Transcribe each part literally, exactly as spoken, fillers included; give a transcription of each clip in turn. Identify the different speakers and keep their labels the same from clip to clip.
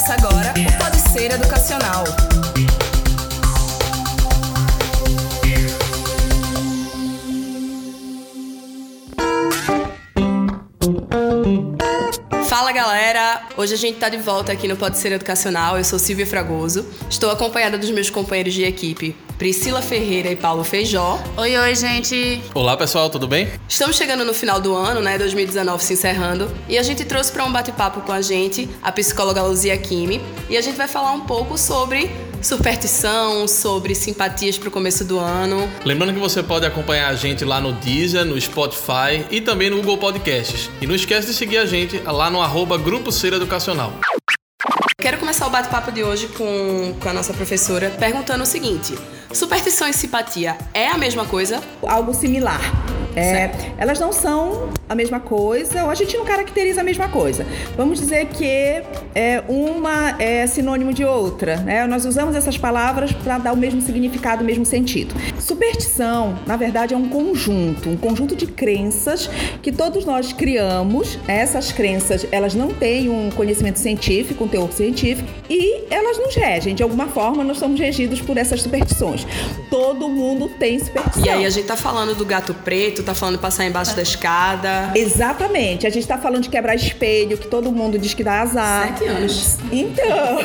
Speaker 1: Começa agora o Pode Ser Educacional. Fala galera, hoje a gente tá de volta aqui no Pode Ser Educacional. Eu sou Silvia Fragoso, estou acompanhada dos meus companheiros de equipe Priscila Ferreira e Paulo Feijó.
Speaker 2: Oi, oi, gente!
Speaker 3: Olá pessoal, tudo bem?
Speaker 1: Estamos chegando no final do ano, né, dois mil e dezenove se encerrando, e a gente trouxe para um bate-papo com a gente a psicóloga Luzia Kimi, e a gente vai falar um pouco sobre superstição, sobre simpatias para o começo do ano.
Speaker 3: Lembrando que você pode acompanhar a gente lá no Deezer, no Spotify e também no Google Podcasts. E não esquece de seguir a gente lá no arroba Grupo Ser Educacional.
Speaker 1: Quero começar o bate-papo de hoje com, com a nossa professora perguntando o seguinte: superstição e simpatia é a mesma coisa?
Speaker 4: Algo similar. É, elas não são a mesma coisa, ou a gente não caracteriza a mesma coisa. Vamos dizer que é, uma é sinônimo de outra, né? Nós usamos essas palavras para dar o mesmo significado, o mesmo sentido. Superstição, na verdade, é um conjunto, um conjunto de crenças que todos nós criamos. Essas crenças, elas não têm um conhecimento científico, um teor científico, e elas nos regem. De alguma forma, nós somos regidos por essas superstições. Todo mundo tem superstição.
Speaker 1: E aí a gente tá falando do gato preto, tá falando de passar embaixo da escada.
Speaker 4: Exatamente. A gente tá falando de quebrar espelho, que todo mundo diz que dá azar.
Speaker 1: Sete anos.
Speaker 4: Então,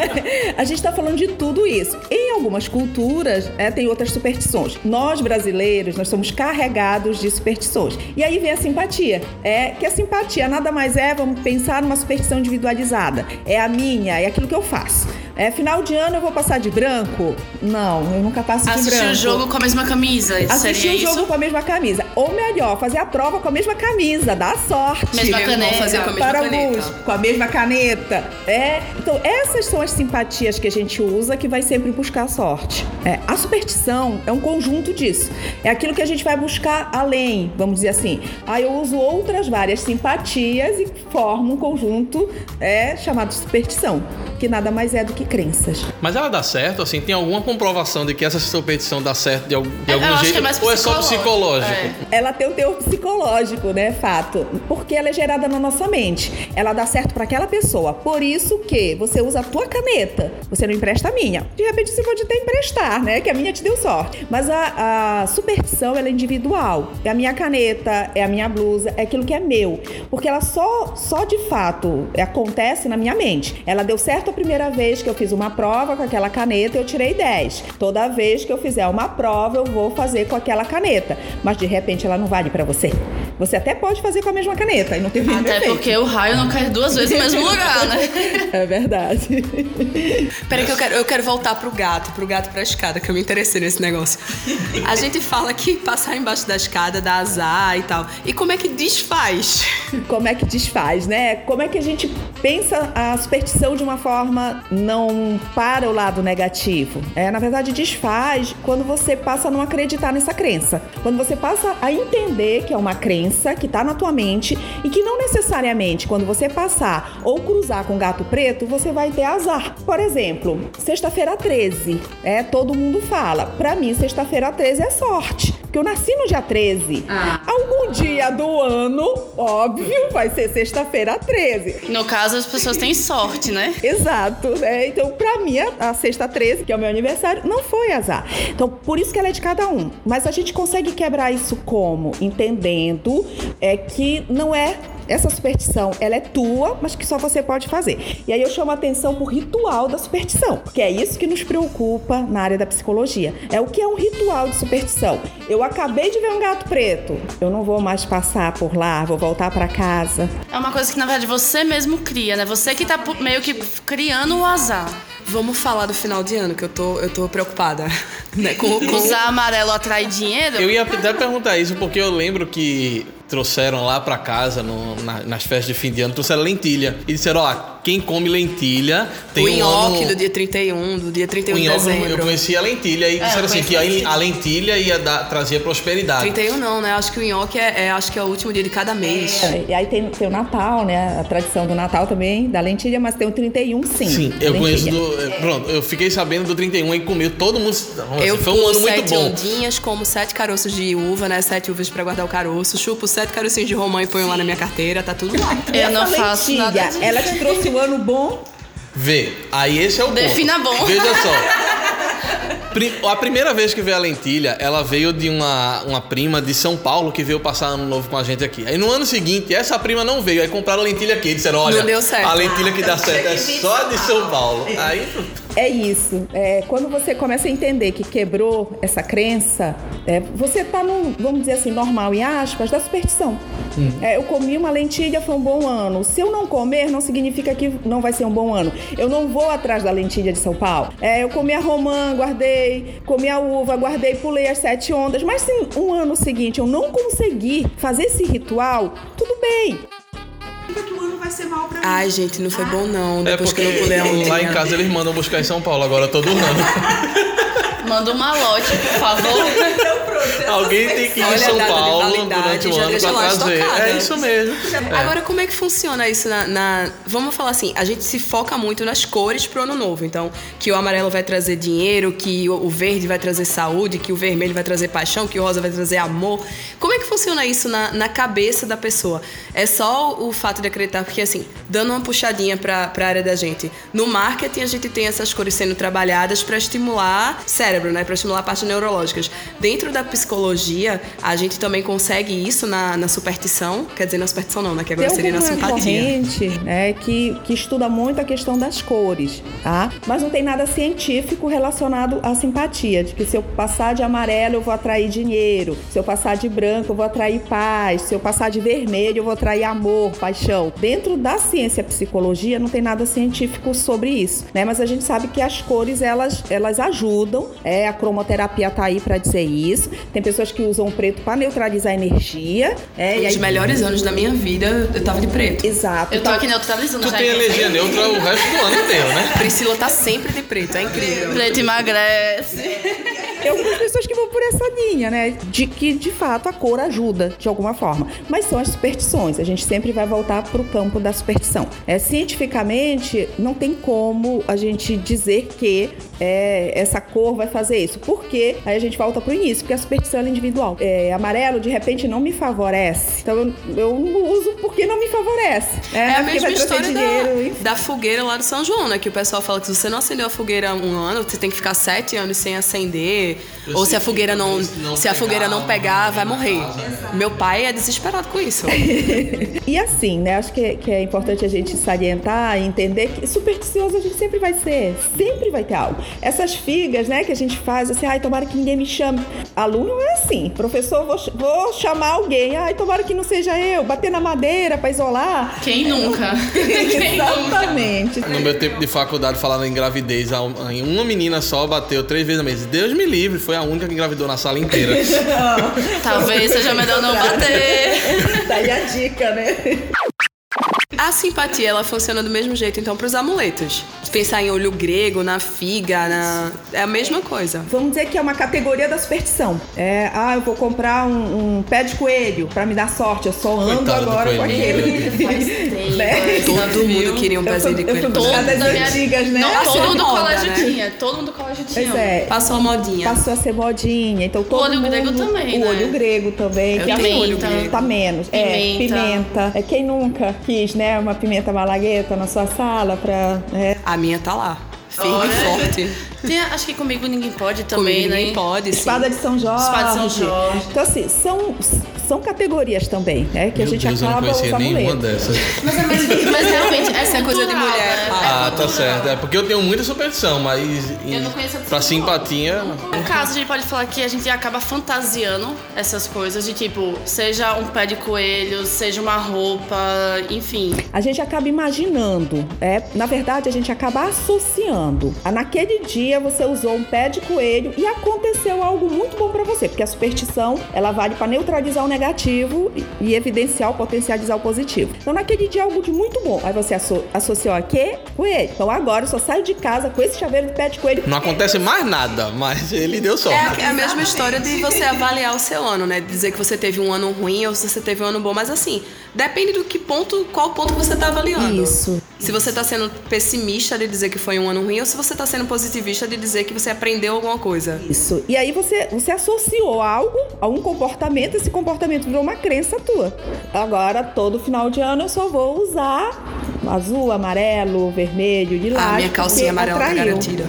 Speaker 4: a gente tá falando de tudo isso. Em algumas culturas, é, tem outras superstições. Nós, brasileiros, nós somos carregados de superstições. E aí vem a simpatia. É que a simpatia nada mais é, vamos pensar numa superstição individualizada. É a minha, é aquilo que eu faço. É, final de ano eu vou passar de branco? Não, eu nunca passo de
Speaker 2: Assistir
Speaker 4: branco.
Speaker 2: Assistir o jogo com a mesma camisa.
Speaker 4: Assistir o jogo
Speaker 2: isso?
Speaker 4: com a mesma camisa. Ou melhor, fazer a prova com a mesma camisa. Dá sorte.
Speaker 2: Mesma
Speaker 1: Meu
Speaker 2: caneta.
Speaker 1: irmão fazia com a mesma
Speaker 4: Para
Speaker 1: caneta.
Speaker 4: alguns, com a mesma caneta. É. Então, essas são as simpatias que a gente usa que vai sempre buscar sorte. É, a superstição é um conjunto disso. É aquilo que a gente vai buscar além, vamos dizer assim. Aí eu uso outras várias simpatias e formo um conjunto é, chamado superstição, que nada mais é do que crenças.
Speaker 3: Mas ela dá certo, assim? Tem alguma comprovação de que essa superstição dá certo de algum, de algum
Speaker 2: Eu acho
Speaker 3: jeito?
Speaker 2: que é mais
Speaker 3: ou é só psicológico?
Speaker 2: É.
Speaker 4: Ela tem um teor psicológico, né, fato, porque ela é gerada na nossa mente. Ela dá certo para aquela pessoa. Por isso que você usa a tua caneta, você não empresta a minha. De repente você pode até emprestar, né, que a minha te deu sorte. Mas a, a superstição, ela é individual. É a minha caneta, é a minha blusa, é aquilo que é meu. Porque ela só, só de fato acontece na minha mente. Ela deu certo a primeira vez que eu fiz uma prova com aquela caneta, eu tirei dez. Toda vez que eu fizer uma prova, eu vou fazer com aquela caneta. Mas de repente ela não vale pra você. Você até pode fazer com a mesma caneta e não tem nenhum
Speaker 2: Até
Speaker 4: efeito.
Speaker 2: porque o raio não cai duas vezes no mesmo lugar, né?
Speaker 4: É verdade.
Speaker 1: Peraí que eu quero, eu quero voltar pro gato, pro gato pra escada, que eu me interessei nesse negócio. A gente fala que passar embaixo da escada dá azar e tal. E como é que desfaz?
Speaker 4: Como é que desfaz, né? Como é que a gente pensa a superstição de uma forma não para o lado negativo? É, na verdade, desfaz quando você passa a não acreditar nessa crença. Quando você passa a entender que é uma crença que está na tua mente e que não necessariamente quando você passar ou cruzar com gato preto, você vai ter azar. Por exemplo, sexta-feira treze, é, todo mundo fala. Pra mim, sexta-feira treze é sorte, porque eu nasci no dia treze.
Speaker 2: Ah.
Speaker 4: Algum dia do ano, óbvio, vai ser sexta-feira treze.
Speaker 2: No caso, as pessoas têm sorte, né?
Speaker 4: Exato, né? Então, pra mim, a sexta treze, que é o meu aniversário, não foi azar. Então, por isso que ela é de cada um. Mas a gente consegue quebrar isso como? Entendendo é, que não é essa superstição, ela é tua, mas que só você pode fazer. E aí eu chamo a atenção pro ritual da superstição, porque é isso que nos preocupa na área da psicologia. É o que é um ritual de superstição. Eu acabei de ver um gato preto, eu não vou mais passar por lá, vou voltar pra casa.
Speaker 2: É uma coisa que, na verdade, você mesmo cria, né? Você que tá meio que criando o azar.
Speaker 1: Vamos falar do final de ano, que eu tô, eu tô preocupada. Né? Com, com...
Speaker 2: Usar amarelo atrai dinheiro?
Speaker 3: Eu ia até perguntar isso, porque eu lembro que trouxeram lá pra casa, no, na, nas festas de fim de ano, trouxeram lentilha. E disseram, ó, quem come lentilha tem
Speaker 1: o
Speaker 3: um
Speaker 1: nhoque
Speaker 3: ano...
Speaker 1: do dia trinta e um, do dia trinta e um
Speaker 3: o
Speaker 1: de
Speaker 3: nhoque,
Speaker 1: dezembro.
Speaker 3: eu conhecia a lentilha e
Speaker 2: É,
Speaker 3: disseram assim, que
Speaker 2: conheci.
Speaker 3: a, a lentilha ia dar, trazia prosperidade.
Speaker 1: trinta e um não, né? Acho que o nhoque é, é, acho que é o último dia de cada mês.
Speaker 4: É, e aí tem, tem o Natal, né? A tradição do Natal também, da lentilha, mas tem o trinta e um, sim.
Speaker 3: Sim, eu conheço
Speaker 4: lentilha.
Speaker 3: do... Pronto, eu fiquei sabendo do trinta e um e comi todo mundo... Assim,
Speaker 1: Eu
Speaker 3: foi um
Speaker 1: pulo
Speaker 3: ano muito
Speaker 1: sete
Speaker 3: bom.
Speaker 1: ondinhas, como sete caroços de uva, né? Sete uvas pra guardar o caroço. Chupo sete carocinhos de romã e ponho lá na minha carteira. Tá tudo lá.
Speaker 2: Eu não
Speaker 4: Essa
Speaker 2: faço
Speaker 4: lentilha,
Speaker 2: nada disso.
Speaker 4: ela te trouxe um ano bom?
Speaker 3: Vê, aí esse é o ponto.
Speaker 2: Defina bom.
Speaker 3: Veja só. A primeira vez que veio a lentilha, ela veio de uma, uma prima de São Paulo que veio passar ano novo com a gente aqui. Aí no ano seguinte, essa prima não veio. Aí compraram a lentilha aqui. E disseram, olha,
Speaker 1: não deu certo.
Speaker 3: A lentilha que dá certo é só de São Paulo. Aí...
Speaker 4: É isso. É, quando você começa a entender que quebrou essa crença, é, você tá num, vamos dizer assim, normal, em aspas, da superstição. Hum. É, eu comi uma lentilha, foi um bom ano. Se eu não comer, não significa que não vai ser um bom ano. Eu não vou atrás da lentilha de São Paulo. É, eu comi a romã, guardei, comi a uva, guardei, pulei as sete ondas. Mas se um ano seguinte eu não conseguir fazer esse ritual, tudo bem.
Speaker 5: Que o ano vai ser mal pra mim.
Speaker 1: Ai, gente, não foi bom não.
Speaker 3: É
Speaker 1: Depois
Speaker 3: porque
Speaker 1: que eu não pulei a lentilha.
Speaker 3: lá em casa eles mandam buscar em São Paulo agora todo ano.
Speaker 2: Manda um malote, por favor.
Speaker 3: Alguém tem que ir em São Paulo durante o ano pra trazer. É isso mesmo. É.
Speaker 1: Agora, como é que funciona isso na, na... Vamos falar assim, a gente se foca muito nas cores pro ano novo. Então, que o amarelo vai trazer dinheiro, que o verde vai trazer saúde, que o vermelho vai trazer paixão, que o rosa vai trazer amor. Como é que funciona isso na, na cabeça da pessoa? É só o fato de acreditar, porque assim, dando uma puxadinha pra, pra área da gente, no marketing a gente tem essas cores sendo trabalhadas para estimular cérebro, né? Para estimular partes neurológicas. Dentro da psicologia, a gente também consegue isso na, na superstição. Quer dizer, na superstição não, né? Que agora
Speaker 4: tem
Speaker 1: seria na simpatia.
Speaker 4: Corrente, né, que, que estuda muito a questão das cores, tá? Mas não tem nada científico relacionado à simpatia, de que se eu passar de amarelo eu vou atrair dinheiro, se eu passar de branco eu vou atrair paz, se eu passar de vermelho eu vou atrair amor, paixão. Dentro da ciência psicologia não tem nada científico sobre isso, né? Mas a gente sabe que as cores, elas, elas ajudam, é, a cromoterapia tá aí pra dizer isso. Tem pessoas que usam preto pra neutralizar a energia. É,
Speaker 1: Os
Speaker 4: e aí...
Speaker 1: melhores anos da minha vida, eu tava de preto.
Speaker 4: Exato.
Speaker 2: Eu tô aqui neutralizando.
Speaker 3: Tu
Speaker 2: já
Speaker 3: tem energia neutra o resto do ano inteiro, né?
Speaker 1: Priscila tá sempre de preto, é incrível.
Speaker 2: Preto emagrece.
Speaker 4: Tem algumas pessoas que vão por essa linha, né? De que, de fato, a cor ajuda de alguma forma. Mas são as superstições. A gente sempre vai voltar pro campo da superstição. É, cientificamente, não tem como a gente dizer que é, essa cor vai fazer isso. Por quê? Aí a gente volta pro início, porque a superstição é individual. É, amarelo, de repente, não me favorece. Então, eu, eu não uso porque não me favorece. É,
Speaker 1: é a
Speaker 4: porque
Speaker 1: mesma
Speaker 4: vai trazer
Speaker 1: história
Speaker 4: dinheiro,
Speaker 1: da, da fogueira lá do São João, né? Que o pessoal fala que se você não acendeu a fogueira um ano, você tem que ficar sete anos sem acender. Eu ou se a fogueira não, não se a fogueira não pegar, vai morrer. Meu pai é desesperado com isso.
Speaker 4: E assim, né? Acho que, que é importante a gente salientar e entender que supersticioso a gente sempre vai ser. Sempre vai ter algo. Essas figas, né, que a gente faz, assim, ai, tomara que ninguém me chame. Aluno é assim, professor, vou, vou chamar alguém. Ai, tomara que não seja eu. Bater na madeira pra isolar.
Speaker 2: Quem nunca? Quem
Speaker 4: Exatamente.
Speaker 3: No meu tempo de faculdade, falando em gravidez, uma menina só bateu três vezes na mesa. Deus me livre, foi a única que engravidou na sala inteira.
Speaker 2: Talvez seja melhor não bater.
Speaker 4: Daí a dica, né?
Speaker 1: A simpatia, ela funciona do mesmo jeito, então, para os amuletos. Se pensar em olho grego, na figa, na... é a mesma coisa.
Speaker 4: Vamos dizer que é uma categoria da superstição. É, ah, eu vou comprar um, um pé de coelho para me dar sorte. Eu só ando
Speaker 3: Coitado
Speaker 4: agora com aquele.
Speaker 1: Né? Todo mundo queria um pezinho de coelho.
Speaker 4: Todo das
Speaker 2: minha...
Speaker 4: antigas, né?
Speaker 2: Não, todo mundo do
Speaker 1: moda,
Speaker 2: colégio
Speaker 1: né?
Speaker 2: tinha. Todo mundo do colégio tinha.
Speaker 4: Pois é.
Speaker 1: Passou a modinha.
Speaker 4: Passou a ser modinha. Então, todo
Speaker 2: o olho
Speaker 4: mundo...
Speaker 2: grego também,
Speaker 4: O
Speaker 2: né?
Speaker 4: olho grego também.
Speaker 1: Eu
Speaker 4: que
Speaker 1: tenho
Speaker 4: é
Speaker 1: olho grego.
Speaker 4: Tá menos.
Speaker 2: Pimenta.
Speaker 4: É, pimenta. É, quem nunca quis, né? Uma pimenta malagueta na sua sala pra... É.
Speaker 1: A minha tá lá. Firme
Speaker 2: Olha.
Speaker 1: e forte.
Speaker 2: Tem, acho que comigo ninguém pode também,
Speaker 1: Comigo
Speaker 2: né?
Speaker 1: ninguém pode, sim.
Speaker 4: Espada de São Jorge.
Speaker 2: Espada de São Jorge.
Speaker 4: Então, assim, são, são categorias também, né? Que
Speaker 3: Meu
Speaker 4: a gente
Speaker 3: Deus, eu não
Speaker 4: acaba
Speaker 3: conhecia
Speaker 4: os
Speaker 3: nenhuma
Speaker 4: amuletos.
Speaker 3: dessas.
Speaker 2: Mas, é mais, mas realmente, essa
Speaker 1: é coisa de mulher,
Speaker 2: né?
Speaker 1: claro.
Speaker 2: É
Speaker 3: Ah, tá
Speaker 2: cultural.
Speaker 3: certo. É porque eu tenho muita superstição, mas em-
Speaker 2: Eu não conheço a
Speaker 3: pra
Speaker 2: superstição.
Speaker 3: simpatia...
Speaker 2: No caso, a gente pode falar que a gente acaba fantasiando essas coisas de tipo, seja um pé de coelho, seja uma roupa, enfim.
Speaker 4: A gente acaba imaginando, é, na verdade a gente acaba associando. Ah, naquele dia você usou um pé de coelho e aconteceu algo muito bom pra você, porque a superstição, ela vale pra neutralizar o negativo e evidenciar ou potencializar o positivo. Então naquele dia algo de muito bom. Aí você asso- associou a quê? Coelho. Então agora eu só saio de casa com esse chaveiro de pé de coelho.
Speaker 3: Não acontece mais nada, mas ele deu sorte.
Speaker 1: É a, é a mesma história de você avaliar o seu ano, né? Dizer que você teve um ano ruim ou se você teve um ano bom. Mas assim, depende do que ponto, qual ponto você tá avaliando.
Speaker 4: Isso.
Speaker 1: Se você tá sendo pessimista de dizer que foi um ano ruim ou se você tá sendo positivista de dizer que você aprendeu alguma coisa.
Speaker 4: Isso. E aí você, você associou algo a um comportamento, esse comportamento virou uma crença tua. Agora, todo final de ano eu só vou usar azul, amarelo, vermelho, lilás.
Speaker 1: A minha calcinha
Speaker 4: porque
Speaker 1: amarela tá
Speaker 4: atraiu.
Speaker 1: garantida.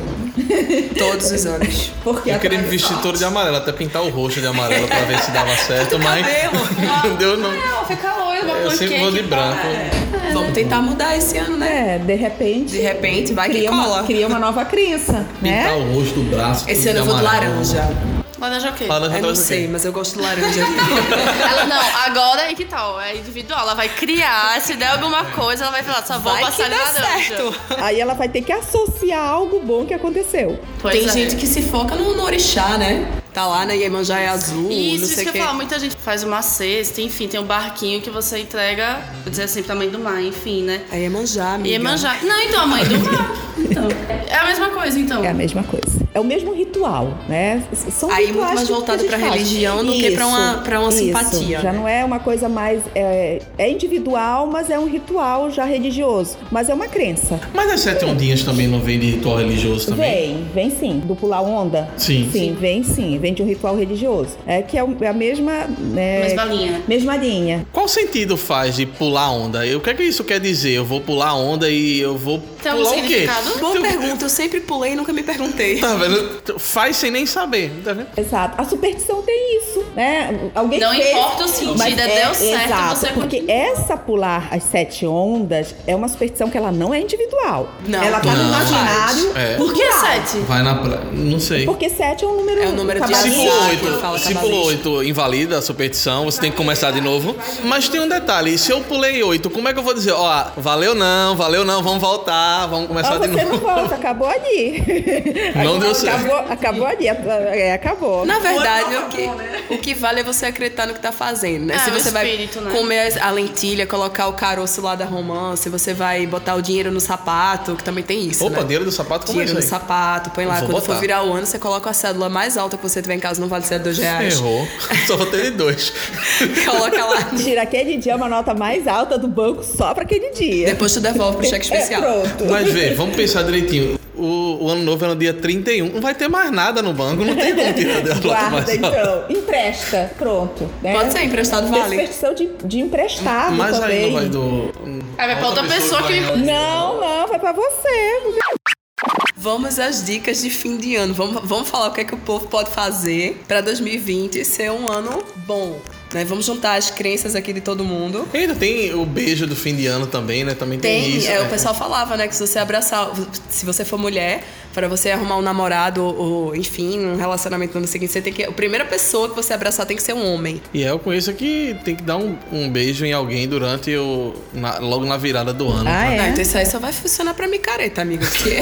Speaker 1: Todos os anos.
Speaker 4: Porque
Speaker 3: Eu queria me
Speaker 4: atrai
Speaker 3: vestir
Speaker 4: sorte.
Speaker 3: todo de amarelo, até pintar o rosto de amarelo pra ver se dava certo, mas não deu não.
Speaker 2: Não, fica loiro, uma
Speaker 3: Eu sempre vou de
Speaker 2: panqueque,
Speaker 3: branco.
Speaker 1: Vamos tentar mudar esse ano, né?
Speaker 4: É, de repente.
Speaker 1: De repente, vai que
Speaker 4: cria
Speaker 1: cola.
Speaker 4: uma, cria uma nova crença,
Speaker 3: Pintar
Speaker 4: né?
Speaker 3: o rosto, o braço.
Speaker 1: Esse
Speaker 3: tudo
Speaker 1: ano eu vou de
Speaker 3: amarelo.
Speaker 1: laranja.
Speaker 2: Laranja o quê?
Speaker 3: Laranja
Speaker 1: Eu não
Speaker 3: traz o quê?
Speaker 1: sei, mas eu gosto de laranja.
Speaker 2: Ela não, agora aí que tal? É individual. Ela vai criar, se der alguma coisa, ela vai falar, só vou
Speaker 1: Vai que
Speaker 2: passar de
Speaker 1: dá
Speaker 2: laranja.
Speaker 1: certo.
Speaker 4: Aí ela vai ter que associar algo bom que aconteceu.
Speaker 2: Pois
Speaker 1: Tem
Speaker 2: é.
Speaker 1: gente que se foca no, no orixá, né? Tá lá na Iemanjá é azul,
Speaker 2: Isso,
Speaker 1: não
Speaker 2: isso
Speaker 1: sei
Speaker 2: que
Speaker 1: o quê.
Speaker 2: eu falo, muita gente faz uma cesta, enfim, tem um barquinho que você entrega, vou dizer assim, pra mãe do mar, enfim, né?
Speaker 1: É Iemanjá, amiga.
Speaker 2: Iemanjá. Não, então, a mãe do mar. Então, é a mesma coisa, então.
Speaker 4: É a mesma coisa. É o mesmo ritual, né? São
Speaker 1: Aí
Speaker 4: rituais
Speaker 1: muito mais
Speaker 4: que
Speaker 1: voltado
Speaker 4: a gente
Speaker 1: pra
Speaker 4: faz.
Speaker 1: religião do que pra uma-
Speaker 4: Isso,
Speaker 1: pra uma
Speaker 4: isso.
Speaker 1: simpatia,
Speaker 4: Já
Speaker 1: né?
Speaker 4: não é uma coisa mais... É, é individual, mas é um ritual já religioso. Mas é uma crença.
Speaker 3: Mas as sete ondinhas também não vem de ritual religioso também?
Speaker 4: Vem, vem sim. Do pular onda?
Speaker 3: Sim.
Speaker 4: Sim, vem sim. Vem de um ritual religioso. É que é o- é a mesma... Né,
Speaker 2: Mesma linha.
Speaker 4: Mesma linha.
Speaker 3: Qual sentido faz de pular onda? E o que é que isso quer dizer? Eu vou pular onda e eu vou
Speaker 2: Tem algum
Speaker 3: pular o quê?
Speaker 2: significado?
Speaker 1: Boa
Speaker 3: Tem-
Speaker 1: pergunta, eu sempre pulei e nunca me perguntei.
Speaker 3: Tá vendo? Faz sem nem saber, tá vendo?
Speaker 4: Exato. A superstição tem isso, né? Alguém
Speaker 2: Não
Speaker 4: fez,
Speaker 2: importa o sentido,
Speaker 4: mas
Speaker 2: é, deu certo,
Speaker 4: exato,
Speaker 2: você
Speaker 4: porque
Speaker 2: continua.
Speaker 4: essa pular as sete ondas é uma superstição que ela não é individual.
Speaker 1: Não,
Speaker 4: ela tá no
Speaker 3: não,
Speaker 4: imaginário.
Speaker 3: é.
Speaker 2: Por que
Speaker 4: cultural.
Speaker 2: sete?
Speaker 3: Vai na praia. Não sei.
Speaker 4: Porque sete é um número
Speaker 1: É o número de
Speaker 3: Se
Speaker 1: Cabalista,
Speaker 3: pulou
Speaker 1: que
Speaker 3: oito,
Speaker 1: fala
Speaker 3: se
Speaker 1: cabalista.
Speaker 3: pulou oito, invalida a superstição, você tem que começar de novo. Mas tem um detalhe, se eu pulei oito, como é que eu vou dizer? Ó, valeu não, valeu não, vamos voltar, vamos começar
Speaker 4: Ah,
Speaker 3: de
Speaker 4: você
Speaker 3: novo.
Speaker 4: não volta, acabou ali.
Speaker 3: Não deu certo.
Speaker 4: Acabou, acabou ali, é, acabou.
Speaker 1: Na verdade, o que, o que vale é você acreditar no que tá fazendo, né?
Speaker 2: É,
Speaker 1: se
Speaker 2: o
Speaker 1: você
Speaker 2: espírito,
Speaker 1: vai
Speaker 2: né?
Speaker 1: comer a lentilha, colocar o caroço lá da romã, se você vai botar o dinheiro no sapato, que também tem isso,
Speaker 3: Opa,
Speaker 1: né?
Speaker 3: dinheiro do sapato, como é
Speaker 1: Dinheiro
Speaker 3: isso
Speaker 1: no
Speaker 3: aí?
Speaker 1: sapato, põe lá.
Speaker 3: Vou
Speaker 1: Quando
Speaker 3: botar.
Speaker 1: for virar o ano, você coloca a cédula mais alta que você tiver em casa, não vale ser dois reais.
Speaker 3: Errou. Só vou ter de dois.
Speaker 1: Coloca lá.
Speaker 4: Tira aquele dia uma nota mais alta do banco só pra aquele dia.
Speaker 1: Depois tu devolve pro cheque especial.
Speaker 4: É, pronto.
Speaker 3: Mas vê, vamos pensar direitinho. O, o ano novo é no dia trinta e um. Não vai ter mais nada no banco. Não tem como tirar a nota
Speaker 4: Guarda,
Speaker 3: mais alta.
Speaker 4: então. Empresta. Pronto. Né?
Speaker 1: Pode ser, emprestado
Speaker 4: Tem
Speaker 1: vale.
Speaker 4: superstição de, de emprestado
Speaker 3: Mas
Speaker 4: também.
Speaker 3: aí não vai do...
Speaker 2: Aí vai pra outra pessoa que-
Speaker 3: vai-
Speaker 4: Não, não, vai pra você.
Speaker 1: Vamos às dicas de fim de ano. Vamos, vamos falar o que é que o povo pode fazer pra dois mil e vinte ser um ano bom. Né? Vamos juntar as crenças aqui de todo mundo.
Speaker 3: Ainda tem o beijo do fim de ano também, né? Também tem,
Speaker 1: Tem,
Speaker 3: isso.
Speaker 1: é,
Speaker 3: né?
Speaker 1: o pessoal falava, né, que se você abraçar, se você for mulher, para você arrumar um namorado ou, enfim, um relacionamento no ano seguinte, você tem que, a primeira pessoa que você abraçar tem que ser um homem.
Speaker 3: E é, eu conheço que tem que dar um, um beijo em alguém durante o... na- logo na virada do ano.
Speaker 4: Ah,
Speaker 1: Não,
Speaker 4: é?
Speaker 1: então isso aí só vai funcionar pra micareta, amigo. Porque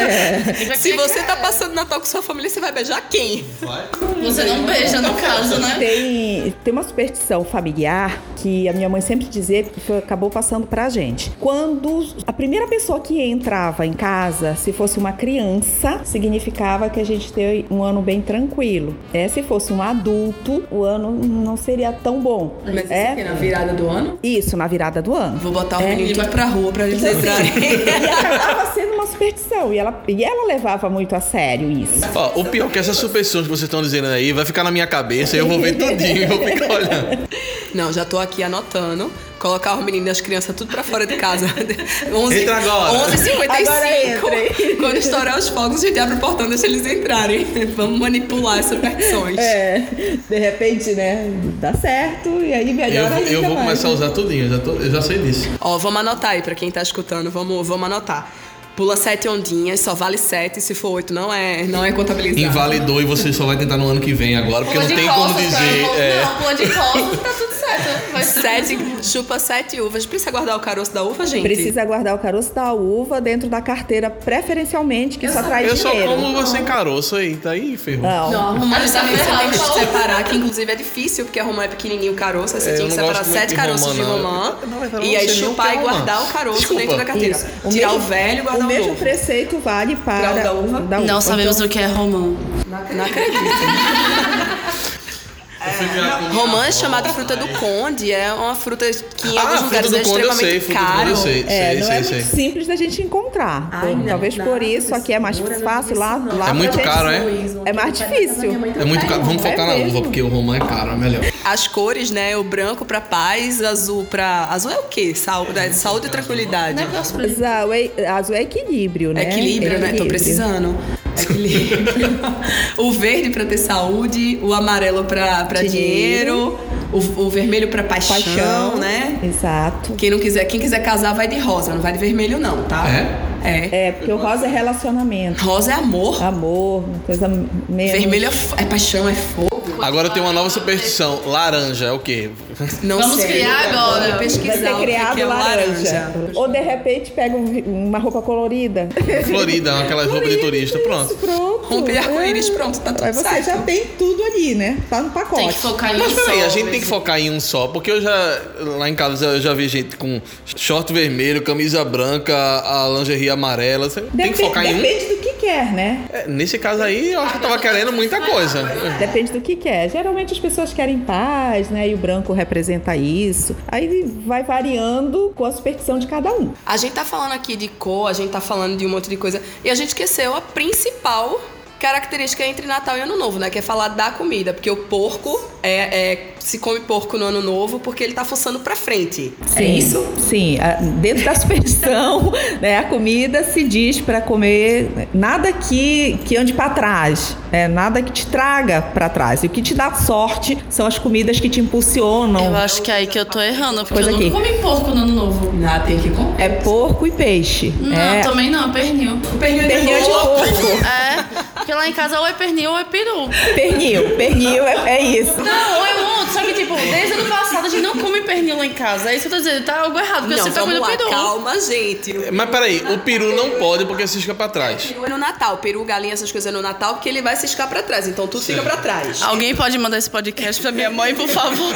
Speaker 1: se você tá passando Natal com sua família, você vai beijar quem?
Speaker 3: Vai.
Speaker 2: Você não beija, no caso, né?
Speaker 4: Tem, tem uma superstição familiar que a minha mãe sempre dizia que foi- acabou passando pra gente. Quando a primeira pessoa que entrava em casa, se fosse uma criança, significava que a gente teria um ano bem tranquilo. É, se fosse um adulto, o ano não seria tão bom.
Speaker 1: Mas
Speaker 4: é?
Speaker 1: isso aqui na virada do ano?
Speaker 4: Isso, na virada do ano.
Speaker 1: Vou botar o
Speaker 4: É.
Speaker 1: menino tudo pra rua pra eles entrarem.
Speaker 4: E acabava sendo uma superstição. E ela, e ela levava muito a sério isso.
Speaker 3: Ó, o pior é que essas superstições que vocês estão dizendo aí vai ficar na minha cabeça e eu vou ver tudinho e vou ficar olhando.
Speaker 1: Não, já tô aqui anotando. Colocar os meninos e as crianças tudo pra fora de casa. onze,
Speaker 3: Entra agora.
Speaker 1: onze e cinquenta e cinco.
Speaker 4: Agora entrem.
Speaker 1: Quando estourar os fogos, a gente abre o portão e deixa eles entrarem. Vamos manipular as superstições.
Speaker 4: É, de repente, né, dá certo e aí
Speaker 3: Eu,
Speaker 4: melhora
Speaker 3: vou- eu
Speaker 4: ainda
Speaker 3: vou
Speaker 4: mais.
Speaker 3: começar a usar tudinho, eu já, tô- eu já sei disso.
Speaker 1: Ó, vamos anotar aí pra quem tá escutando. Vamos, vamos anotar. Pula sete ondinhas, só vale sete. Se for oito, não é, não é contabilizado.
Speaker 3: Invalidou e você só vai tentar no ano que vem agora, porque
Speaker 2: Pula
Speaker 3: não
Speaker 2: de
Speaker 3: tem como
Speaker 2: costas,
Speaker 3: dizer.
Speaker 2: cara.
Speaker 3: é.
Speaker 2: Não, pula de costas, tá tudo certo. Vai ser
Speaker 1: Sete,
Speaker 2: tudo-
Speaker 1: chupa sete uvas. Precisa guardar o caroço da uva, gente?
Speaker 4: Precisa guardar o caroço da uva dentro da carteira, preferencialmente, que isso atrai
Speaker 3: Eu só
Speaker 4: dinheiro.
Speaker 3: como uva sem caroço aí, tá aí, ferrou.
Speaker 4: Não.
Speaker 1: Não, mas
Speaker 2: tá
Speaker 1: também você tem
Speaker 2: ferrado,
Speaker 1: que
Speaker 2: falou.
Speaker 1: separar, que inclusive é difícil, porque a romã é pequenininho o caroço, aí você
Speaker 3: É,
Speaker 1: tinha
Speaker 3: eu
Speaker 1: que
Speaker 3: não
Speaker 1: separar
Speaker 3: gosto muito
Speaker 1: sete
Speaker 3: de
Speaker 1: caroços
Speaker 3: romã,
Speaker 1: de
Speaker 3: não.
Speaker 1: romã
Speaker 3: Não, mas eu não
Speaker 1: e aí
Speaker 3: sei nem o
Speaker 1: chupar
Speaker 3: que é
Speaker 1: e
Speaker 3: romã.
Speaker 1: guardar o caroço
Speaker 3: Desculpa.
Speaker 1: dentro da carteira.
Speaker 4: Isso.
Speaker 1: Tirar
Speaker 4: mesmo-
Speaker 1: o velho e guardar
Speaker 4: o
Speaker 1: o,
Speaker 4: mesmo
Speaker 1: novo.
Speaker 4: preceito vale para
Speaker 1: Para o da uva?
Speaker 2: Não sabemos o que é romã.
Speaker 1: Não acredito. Romã é chamada fruta do conde, é uma fruta que em
Speaker 3: Ah,
Speaker 1: alguns
Speaker 3: fruta
Speaker 1: lugares
Speaker 3: do
Speaker 1: é
Speaker 3: conde eu
Speaker 1: extremamente
Speaker 3: sei, fruta do conde
Speaker 1: caro.
Speaker 3: eu sei.
Speaker 4: É,
Speaker 3: sei,
Speaker 4: não
Speaker 3: sei,
Speaker 4: é
Speaker 3: sei.
Speaker 4: muito simples da gente encontrar.
Speaker 5: Ai,
Speaker 4: Então,
Speaker 5: não,
Speaker 4: talvez
Speaker 5: não,
Speaker 4: por isso aqui é mais fácil, lá, lá
Speaker 3: É muito
Speaker 4: pra gente-
Speaker 3: caro, é?
Speaker 4: É mais difícil.
Speaker 3: É muito caro. Vamos
Speaker 4: É
Speaker 3: focar na
Speaker 4: mesmo.
Speaker 3: uva, porque o romã é caro, é melhor.
Speaker 1: As cores, né? O branco pra paz, azul pra... Azul é o quê? Saúde, é saúde e tranquilidade.
Speaker 4: Azul é, azul é equilíbrio, né?
Speaker 1: Equilíbrio, né? Tô precisando. Equilíbrio. O verde pra ter saúde, o amarelo pra, pra dinheiro, o, o vermelho pra paixão,
Speaker 4: Paixão,
Speaker 1: né?
Speaker 4: Exato.
Speaker 1: Quem não quiser, quem quiser casar vai de rosa, não vai de vermelho não, tá?
Speaker 3: É?
Speaker 1: É.
Speaker 4: É, porque o rosa é relacionamento.
Speaker 1: Rosa é amor.
Speaker 4: Amor, uma coisa menos...
Speaker 1: Vermelho é, f- é paixão, é fogo.
Speaker 3: Agora tem uma nova superstição. Laranja é o quê?
Speaker 1: Não
Speaker 2: Vamos
Speaker 1: sei.
Speaker 2: criar agora.
Speaker 1: Vou
Speaker 4: Vai
Speaker 1: pesquisar
Speaker 4: ser
Speaker 1: o que
Speaker 4: criado
Speaker 1: que é
Speaker 4: laranja. Ou de repente pega um- uma roupa colorida.
Speaker 3: Florida, aquelas roupas de turista. Pronto.
Speaker 4: Pronto.
Speaker 1: Rompe arco-íris,
Speaker 4: É.
Speaker 1: pronto, tá tudo
Speaker 4: Aí você
Speaker 1: certo.
Speaker 4: já tem tudo ali, né? Tá no pacote.
Speaker 2: Tem que focar em
Speaker 3: Mas peraí,
Speaker 2: só.
Speaker 3: a gente tem que focar em um só, porque eu já, lá em casa, eu já vi gente com short vermelho, camisa branca, a lingerie amarela. Você tem que
Speaker 4: Depende-
Speaker 3: focar em um.
Speaker 4: Depende do que quer, né?
Speaker 3: É, nesse caso aí, eu acho que eu tava querendo muita coisa.
Speaker 4: Depende do que quer. Geralmente as pessoas querem paz, né? E o branco representa isso. Aí vai variando com a superstição de cada um.
Speaker 1: A gente tá falando aqui de cor, a gente tá falando de um monte de coisa, e a gente esqueceu a principal característica entre Natal e Ano Novo, né? Que é falar da comida, porque o porco é, é- se come porco no Ano Novo porque ele tá fuçando pra frente. É isso?
Speaker 4: Sim, a- dentro da superstição, né, a comida se diz para comer nada que, que ande para trás, né, nada que te traga para trás. E o que te dá sorte são as comidas que te impulsionam.
Speaker 2: Eu acho que é aí que eu tô errando, porque
Speaker 4: Coisa
Speaker 2: eu nunca
Speaker 4: aqui.
Speaker 2: comi porco no ano novo.
Speaker 1: Nada, tem que comer.
Speaker 4: É porco e peixe.
Speaker 2: Não,
Speaker 4: é
Speaker 2: também não, pernil.
Speaker 1: Pernil
Speaker 4: pernil de porco.
Speaker 2: É, porque lá em casa ou é pernil ou é peru.
Speaker 4: Pernil, pernil é, é isso.
Speaker 2: Não, ou é um outro, só que tipo, desde o ano passado a gente não come pernil lá em casa. É isso que eu tô dizendo, tá algo errado, porque
Speaker 1: Não,
Speaker 2: você tá
Speaker 1: vamos
Speaker 2: comendo
Speaker 1: lá,
Speaker 2: peru.
Speaker 1: calma, gente.
Speaker 3: Mas peraí, o peru não pode porque cisca pra trás.
Speaker 1: Peru é no Natal, peru, galinha, essas coisas é no Natal, porque ele vai ciscar pra trás, então tudo fica pra trás.
Speaker 2: Alguém pode mandar esse podcast pra minha mãe, por favor?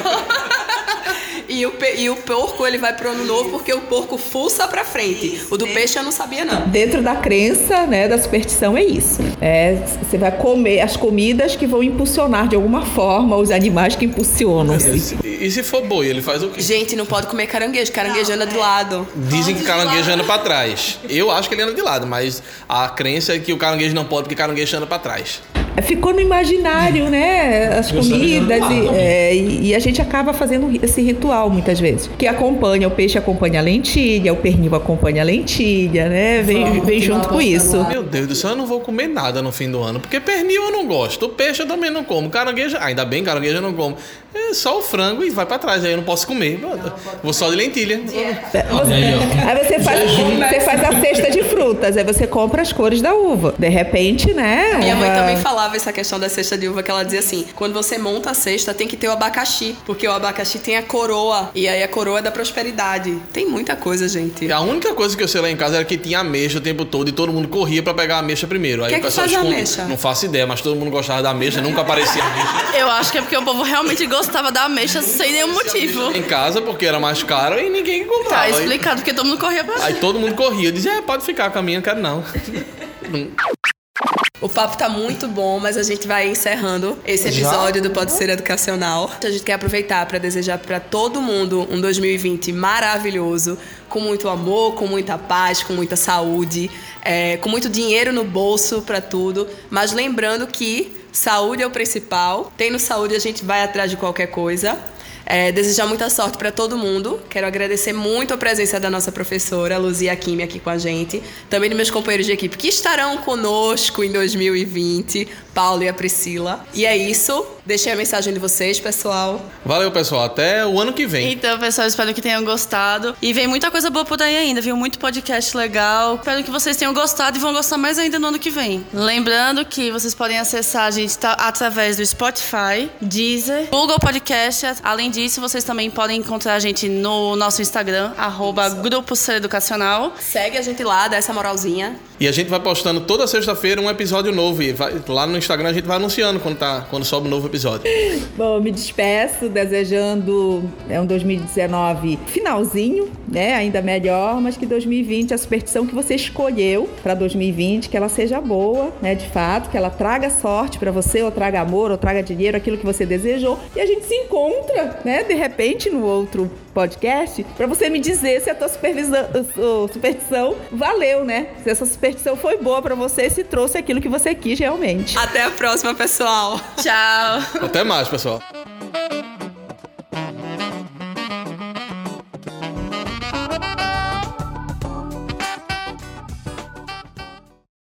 Speaker 1: E o, pe- e o porco, ele vai pro Ano Novo porque o porco fuça pra frente. O do peixe eu não sabia, não.
Speaker 4: Dentro da crença, né, da superstição é isso. É, você vai comer as comidas que vão impulsionar de alguma forma os animais que impulsionam.
Speaker 3: E, e se for boi, ele faz o quê?
Speaker 1: Gente, não pode comer caranguejo, caranguejo anda de lado.
Speaker 3: Dizem que caranguejo anda pra trás. Eu acho que ele anda de lado, mas a crença é que o caranguejo não pode porque caranguejo anda pra trás.
Speaker 4: Ficou no imaginário, né? As comidas e, é, e- e a gente acaba fazendo esse ritual muitas vezes. Que acompanha, o peixe acompanha a lentilha, o pernil acompanha a lentilha, né? Vem, vem junto com isso.
Speaker 3: Meu Deus do céu, eu não vou comer nada no fim do ano. Porque pernil eu não gosto. O peixe eu também não como. Caranguejo, ainda bem, caranguejo eu não como. É só o frango e vai pra trás. Aí eu não posso comer. Vou só de lentilha.
Speaker 4: Você- aí você faz, você faz a cesta de frutas, aí você compra as cores da uva. De repente, né?
Speaker 1: Minha mãe
Speaker 4: uva-
Speaker 1: também falava essa questão da cesta de uva, que ela dizia assim, quando você monta a cesta, tem que ter o abacaxi, porque o abacaxi tem a coroa, e aí a coroa é da prosperidade. Tem muita coisa, gente.
Speaker 3: A única coisa que eu sei lá em casa era que tinha ameixa o tempo todo e todo mundo corria pra pegar a ameixa primeiro. Aí
Speaker 1: Que
Speaker 3: o
Speaker 1: é que
Speaker 3: pessoal
Speaker 1: faz a
Speaker 3: esconde-
Speaker 1: ameixa?
Speaker 3: Não faço ideia, mas todo mundo gostava da ameixa, nunca aparecia ameixa
Speaker 2: Eu acho que é porque o povo realmente gostava da ameixa sem nenhum motivo.
Speaker 3: em casa, porque era mais caro e ninguém comprava.
Speaker 2: Tá
Speaker 3: Aí-
Speaker 2: explicado, porque todo mundo corria pra
Speaker 3: Aí todo mundo corria. Eu dizia, é, pode ficar com a minha, não quero não.
Speaker 1: O papo tá muito bom, mas a gente vai encerrando esse episódio do Pode Ser Educacional. A gente quer aproveitar para desejar para todo mundo um dois mil e vinte maravilhoso, com muito amor, com muita paz, com muita saúde, é, com muito dinheiro no bolso para tudo, mas lembrando que saúde é o principal. Tendo saúde, a gente vai atrás de qualquer coisa. É, desejar muita sorte para todo mundo. Quero agradecer muito a presença da nossa professora Luzia Kimi aqui com a gente, também dos meus companheiros de equipe que estarão conosco em dois mil e vinte, Paulo e a Priscila. E é isso. Deixei a mensagem de vocês, pessoal.
Speaker 3: Valeu, pessoal. Até o ano que vem.
Speaker 2: Então, pessoal, espero que tenham gostado. E vem muita coisa boa por aí ainda, viu? Muito podcast legal. Espero que vocês tenham gostado e vão gostar mais ainda no ano que vem. Lembrando que vocês podem acessar a gente tá, através do Spotify, Deezer, Google Podcast. Além disso, vocês também podem encontrar a gente no nosso Instagram, arroba Grupo Ser Educacional.
Speaker 1: Segue a gente lá, dá essa moralzinha.
Speaker 3: E a gente vai postando toda sexta-feira um episódio novo. E vai, lá no Instagram a gente vai anunciando quando, tá, quando sobe um novo episódio.
Speaker 4: Bom, me despeço desejando é um dois mil e dezenove finalzinho, né? Ainda melhor, mas que dois mil e vinte, a superstição que você escolheu para dois mil e vinte, que ela seja boa, né? De fato, que ela traga sorte para você, ou traga amor, ou traga dinheiro, aquilo que você desejou. E a gente se encontra, né? De repente, no outro podcast, para você me dizer se a tua supervisão, superstição valeu, né? Se essa superstição foi boa para você, se trouxe aquilo que você quis realmente.
Speaker 1: Até a próxima, pessoal.
Speaker 2: Tchau.
Speaker 3: Até mais, pessoal.